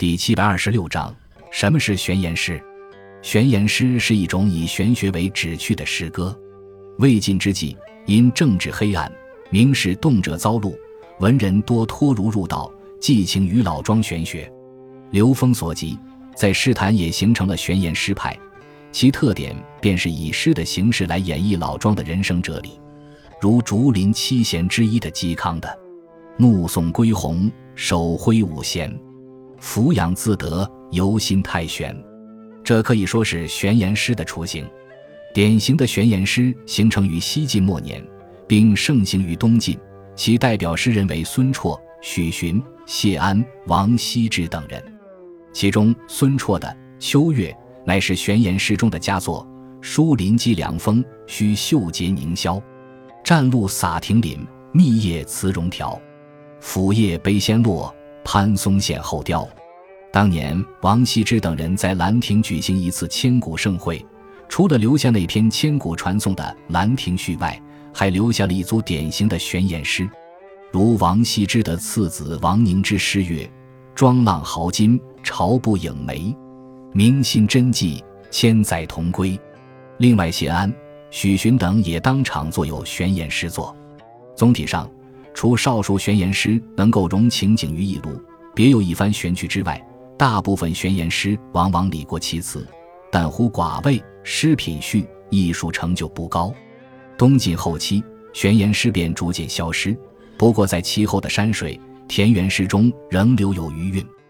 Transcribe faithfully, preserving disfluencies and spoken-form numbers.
第七百二十六章，什么是玄言诗？玄言诗是一种以玄学为旨趣的诗歌。魏晋之际，因政治黑暗，名士动辄遭戮，文人多脱儒入道，寄情于老庄玄学。流风所及，在诗坛也形成了玄言诗派，其特点便是以诗的形式来演绎老庄的人生哲理。如竹林七贤之一的嵇康的怒送归鸿，手挥五弦，俯仰自得，游心太玄，这可以说是玄言诗的雏形。典型的玄言诗形成于西晋末年，并盛行于东晋，其代表诗人为孙绰、许询、谢安、王羲之等人。其中孙绰的《秋月》乃是玄言诗中的佳作，疏林积凉风，须秀节凝霄，占路洒亭林，密叶辞荣条，腐叶悲先落，攀松献后雕。当年王羲之等人在兰亭举行一次千古盛会，除了留下那篇千古传颂的《兰亭序》外，还留下了一组典型的玄言诗，如王羲之的次子王凝之诗曰：庄浪豪金，朝不影眉，明心真迹，千载同归。另外谢安、许询等也当场作有玄言诗作。总体上，除少数玄言诗能够融情景于一炉，别有一番玄趣之外，大部分玄言诗往往理过其词，但乎寡味，诗品序，艺术成就不高。东晋后期，玄言诗便逐渐消失，不过在其后的山水、田园诗中仍留有余韵。